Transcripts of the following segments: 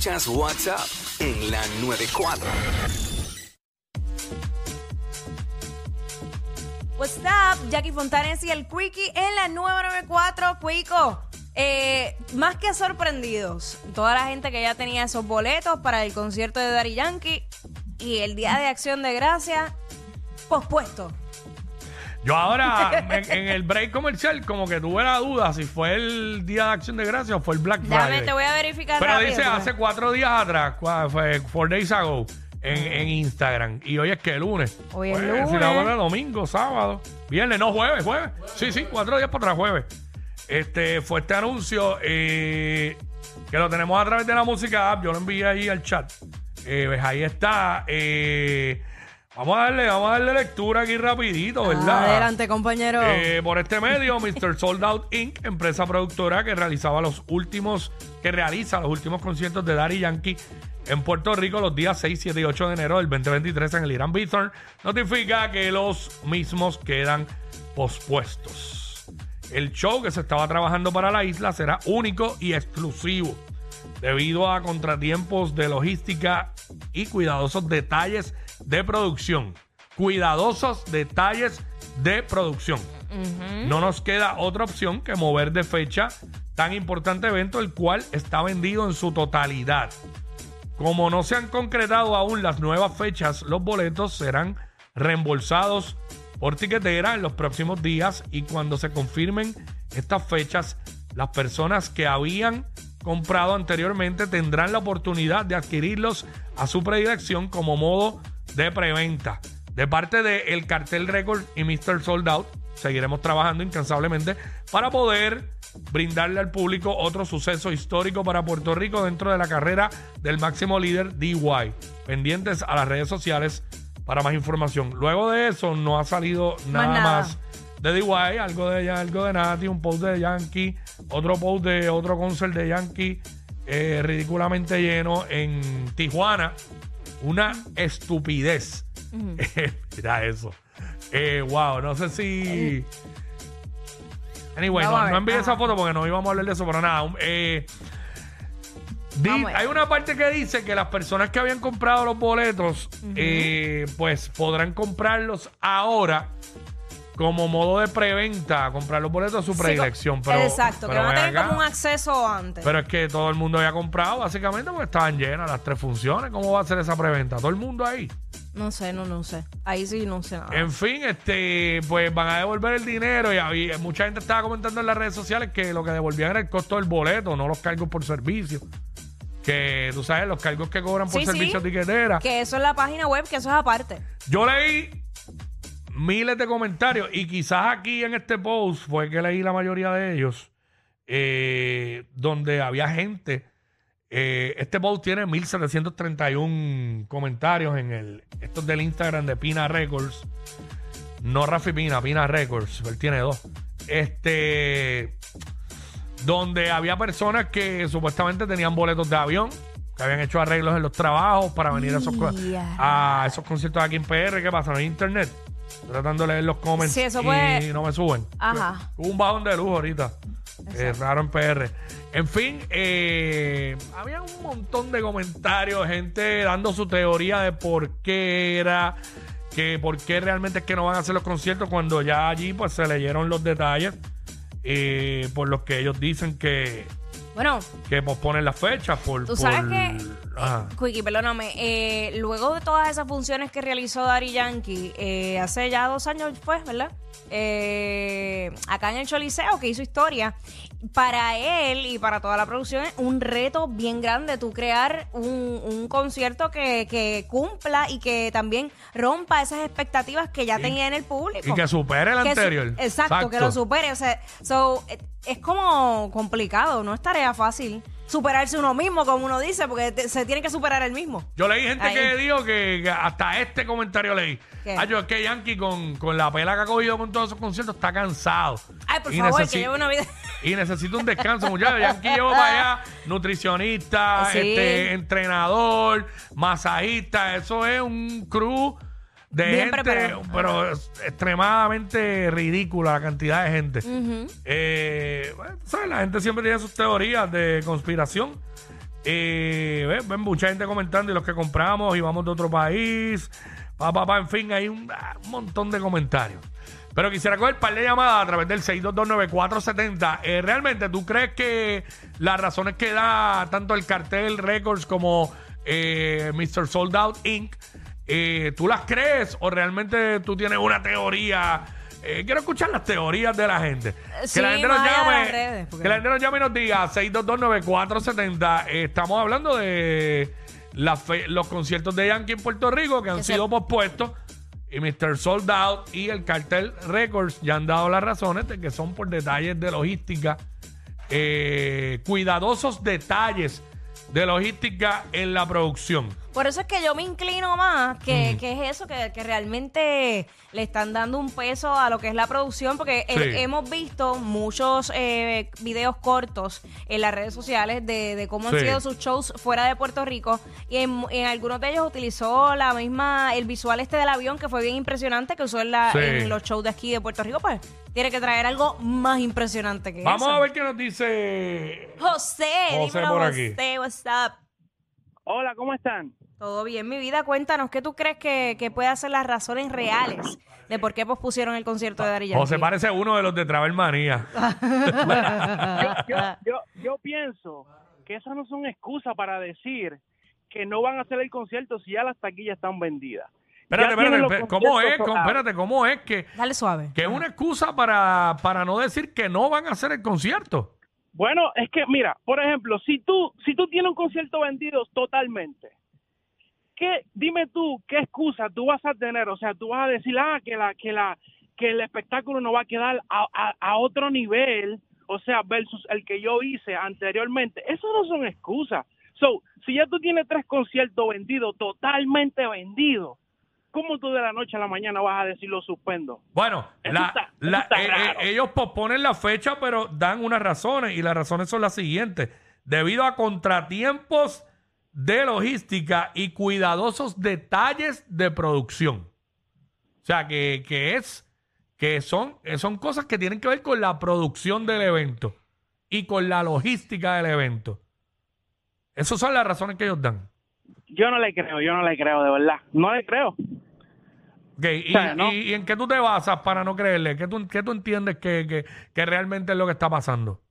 Escuchas WhatsApp en la 94. What's up, Jackie Fontanes y el Quickie en la 994. Quico, más que sorprendidos, toda la gente que ya tenía esos boletos para el concierto de Daddy Yankee y el Día de Acción de Gracias pospuesto. Yo ahora, en el break comercial, como que tuve la duda si fue el Día de Acción de Gracias o fue el Black Friday. Déjame, te voy a verificar Pero rápido, dice hace 4 días atrás, fue 4 days ago, en Instagram. Y hoy es que lunes. Hoy es Pues, lunes. Si la hora domingo, sábado, viernes, no jueves. Sí, 4 días para atrás, jueves. Fue este anuncio que lo tenemos a través de la música app. Yo lo envié ahí al chat. Pues ahí está. Vamos a darle lectura aquí rapidito, ¿verdad? Adelante, compañero. Por este medio, Mr. Sold Out Inc., empresa productora que realiza los últimos conciertos de Daddy Yankee en Puerto Rico los días 6, 7 y 8 de enero del 2023 en el Irán Bithorn, notifica que los mismos quedan pospuestos. El show que se estaba trabajando para la isla será único y exclusivo debido a contratiempos de logística y cuidadosos detalles de producción. No nos queda otra opción que mover de fecha tan importante evento, el cual está vendido en su totalidad. Como no se han concretado aún las nuevas fechas, los boletos serán reembolsados por tiquetera en los próximos días, y cuando se confirmen estas fechas, las personas que habían comprado anteriormente tendrán la oportunidad de adquirirlos a su predilección como modo de preventa. De parte de El Cartel Record y Mr. Sold Out, seguiremos trabajando incansablemente para poder brindarle al público otro suceso histórico para Puerto Rico dentro de la carrera del máximo líder DY. Pendientes a las redes sociales para más información. Luego de eso no ha salido nada más de DY, algo de Nati, un post de Yankee, otro post de otro concert de Yankee ridículamente lleno en Tijuana. Una estupidez. Mira eso. Wow, no sé si... Anyway, no envié esa foto porque no íbamos a hablar de eso, pero nada. Hay una parte que dice que las personas que habían comprado los boletos, pues podrán comprarlos ahora como modo de preventa, comprar los boletos a su predilección. Exacto, que van a tener como un acceso antes. Pero es que todo el mundo había comprado, básicamente, porque estaban llenas las 3 funciones. ¿Cómo va a ser esa preventa? ¿Todo el mundo ahí? No sé. Ahí sí no sé nada. En fin, pues van a devolver el dinero, y mucha gente estaba comentando en las redes sociales que lo que devolvían era el costo del boleto, no los cargos por servicio. Que tú sabes, los cargos que cobran por servicio tiquetera. Que eso es la página web, que eso es aparte. Yo leí miles de comentarios, y quizás aquí en este post fue que leí la mayoría de ellos, donde había gente. Este post tiene 1731 comentarios esto es del Instagram de Pina Records, no Rafi Pina, Pina Records, él tiene 2, donde había personas que supuestamente tenían boletos de avión, que habían hecho arreglos en los trabajos para venir a esos conciertos aquí en PR. ¿Qué pasa? No hay internet. Estoy tratando de leer los comments y no me suben. Ajá. Hubo un bajón de luz ahorita. Raro en PR. En fin, había un montón de comentarios, gente dando su teoría de por qué realmente es que no van a hacer los conciertos, cuando ya allí pues se leyeron los detalles por los que ellos dicen que posponen las fechas tú sabes que Quickie, perdóname, luego de todas esas funciones que realizó Daddy Yankee hace ya 2 años pues, ¿verdad? Acá en el Choliseo, que hizo historia, para él y para toda la producción es un reto bien grande tú crear un concierto que cumpla y que también rompa esas expectativas que ya tenía en el público. Y que supere el anterior. Exacto, que lo supere. O sea, es como complicado, no es tarea fácil superarse uno mismo, como uno dice, porque se tiene que superar el mismo. Yo leí gente que dijo que hasta este comentario leí. Es que Yankee con la pela que ha cogido con todos esos conciertos está cansado. Ay, por favor, que lleve una vida. Y necesita un descanso, muchachos. Yankee llevó para allá nutricionista, entrenador, masajista. Eso es un crew de bien gente, preparado. Pero extremadamente ridícula la cantidad de gente. ¿Sabes? La gente siempre tiene sus teorías de conspiración. Ven mucha gente comentando y los que compramos y vamos de otro país. En fin, hay un montón de comentarios. Pero quisiera coger un par de llamadas a través del 6229470. ¿Realmente tú crees que las razones que da tanto el Cartel Records como Mr. Sold Out Inc., tú las crees o realmente tú tienes una teoría? Quiero escuchar las teorías de la gente. Sí, Que la gente nos más allá de llame, las redes, porque- que la gente nos llame y nos diga 6229470. Estamos hablando de los conciertos de Yankee en Puerto Rico que han sido pospuestos. Y Mr. Sold Out y el Cartel Records ya han dado las razones de que son por detalles de logística, cuidadosos detalles de logística en la producción. Por eso es que yo me inclino más que es eso, que realmente le están dando un peso a lo que es la producción, porque Sí. hemos visto muchos videos cortos en las redes sociales de cómo han Sí. sido sus shows fuera de Puerto Rico, y en algunos de ellos utilizó el visual del avión, que fue bien impresionante, que usó Sí. en los shows de aquí de Puerto Rico. Pues tiene que traer algo más impresionante que Vamos eso. a ver qué nos dice José, dímelo, por aquí. José, what's up? Hola, ¿cómo están? Todo bien, mi vida. Cuéntanos, ¿qué tú crees que puede ser las razones reales de por qué pospusieron el concierto de Daddy Yankee? José parece uno de los de Travel Manía. Yo pienso que esas no son excusas para decir que no van a hacer el concierto si ya las taquillas están vendidas. Espérate, Ya tienen los ¿cómo es? conciertos sold out. Espérate, ¿cómo es que Dale suave. es una excusa para no decir que no van a hacer el concierto? Bueno, es que mira, por ejemplo, si tú tienes un concierto vendido totalmente, dime tú qué excusa tú vas a tener, o sea, tú vas a decir que el espectáculo no va a quedar a otro nivel, o sea, versus el que yo hice anteriormente. Eso no son excusas. So, si ya tú tienes 3 conciertos vendidos, totalmente vendidos, ¿cómo tú de la noche a la mañana vas a decir lo suspendo? Bueno, Eso está raro. ellos posponen la fecha, pero dan unas razones, y las razones son las siguientes. Debido a contratiempos de logística y cuidadosos detalles de producción. O sea, que son cosas que tienen que ver con la producción del evento y con la logística del evento. Esas son las razones que ellos dan. Yo no le creo, de verdad. No le creo. Okay, O sea, ¿no? ¿Y en qué tú te basas para no creerle? ¿Qué tú entiendes que realmente es lo que está pasando?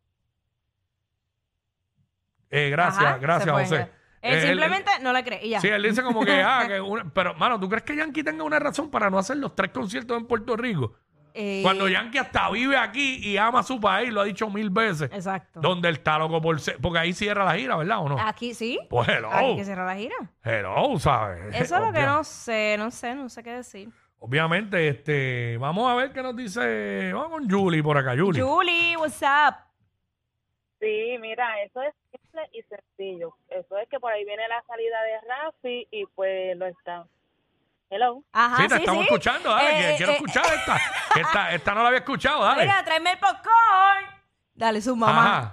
Gracias, Ajá, gracias, se fue. José. Él simplemente no le cree y ya. Sí, él dice como que, pero, mano, ¿tú crees que Yankee tenga una razón para no hacer los 3 conciertos en Puerto Rico? Cuando Yankee hasta vive aquí y ama su país, lo ha dicho 1000 veces. Exacto. Donde él está loco porque ahí cierra la gira, ¿verdad o no? Aquí sí. Pues hello. Aquí que cerrar la gira. Hello, ¿sabes? Eso es lo que no sé qué decir. Obviamente, vamos a ver qué nos dice. Vamos con Julie por acá, Julie. Julie, what's up? Sí, mira, eso es simple y sencillo. Eso es que por ahí viene la salida de Rafi y pues lo están. Hello. Ajá, Sí, te estamos escuchando, dale, que quiero escuchar esta. Que esta no la había escuchado, dale. Mira, tráeme el popcorn. Dale, su mamá. Ajá.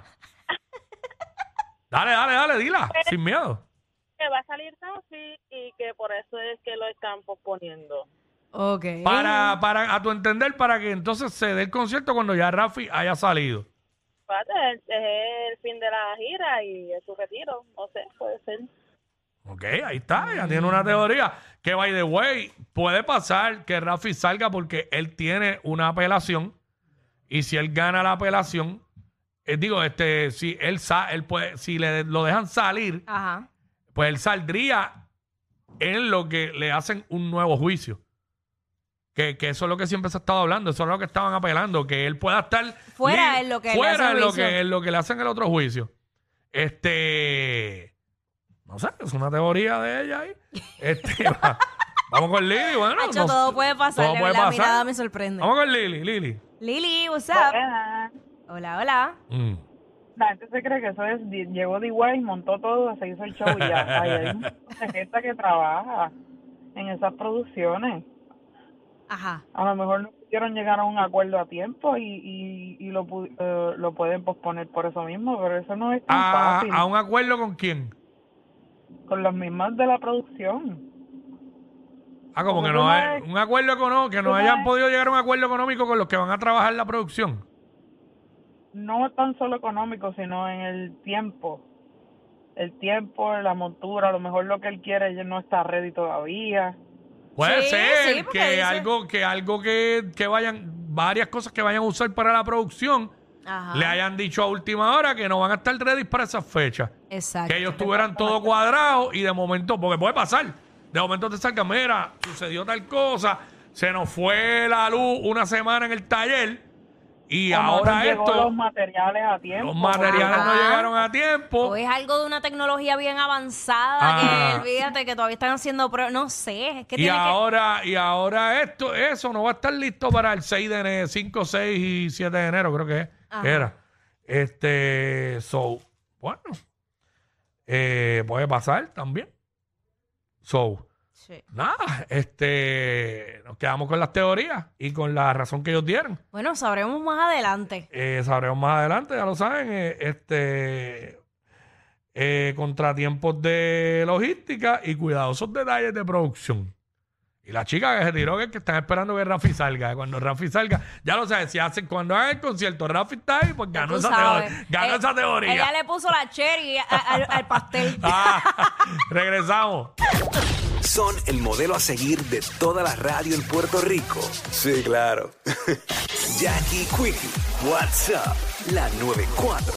Dale, dila, sin miedo. Que va a salir Rafi y que por eso es que lo están posponiendo. Ok. A tu entender, para que entonces se dé el concierto cuando ya Rafi haya salido. Es el fin de la gira y es su retiro. No sé, puede ser. Ok, ahí está, ya tiene una teoría. Que, by the way, puede pasar que Rafi salga porque él tiene una apelación. Y si él gana la apelación, si él puede, si lo dejan salir, Ajá. pues él saldría en lo que le hacen un nuevo juicio. Que eso es lo que siempre se ha estado hablando, eso es lo que estaban apelando, que él pueda estar Fuera en lo que le fuera hacen en juicio. en lo que le hacen el otro juicio. No sé, es una teoría de ella ahí. Vamos con Lili, bueno. Hacho, todo puede pasar, todo de puede verdad, pasar. mi nada me sorprende. Vamos con Lili. Lili, what's up? Buenas. Hola. Mm. La gente se cree que eso es, llegó D-Way, montó todo, se hizo el show y ya. Ahí hay mucha gente que trabaja en esas producciones. Ajá. A lo mejor no pudieron llegar a un acuerdo a tiempo y lo pueden posponer por eso mismo, pero eso no es tan fácil. ¿A un acuerdo con quién? Con los mismos de la producción. Como Porque que tú no no hay es- un acuerdo económico, que no tú no hayan es- podido llegar a un acuerdo económico con los que van a trabajar la producción. No tan solo económico, sino en el tiempo. el tiempo, la montura, a lo mejor lo que él quiere no está ready todavía. Puede Sí, ser sí, porque que dice- algo que vayan, varias cosas que vayan a usar para la producción, Ajá. le hayan dicho a última hora que no van a estar ready para esas fechas. Exacto. Que ellos tuvieran todo cuadrado y de momento, porque puede pasar, de momento te salga, mira, sucedió tal cosa, se nos fue la luz una semana en el taller y O no ahora nos llegó esto, los materiales a tiempo. los materiales no Ajá. llegaron a tiempo. O es algo de una tecnología bien avanzada Ah. que olvídate que todavía están haciendo pruebas. No sé, es que Y tiene ahora eso no va a estar listo para el 6 de enero, 5, 6 y 7 de enero, creo que Ajá. era. Bueno, puede pasar también. Sí. Nada, nos quedamos con las teorías y con la razón que ellos dieron. Bueno, sabremos más adelante. Sabremos más adelante, ya lo saben, contratiempos de logística y cuidadosos detalles de producción. Y la chica que se tiró que están esperando que Rafi salga. Cuando Rafi salga, ya lo sabes, cuando hagan el concierto, Rafi está ahí, pues ganó Tú esa sabes. esa teoría. Ella le puso la cherry al pastel. Regresamos. Son el modelo a seguir de toda la radio en Puerto Rico. Sí, claro. Jackie Quickie, WhatsApp, la 94.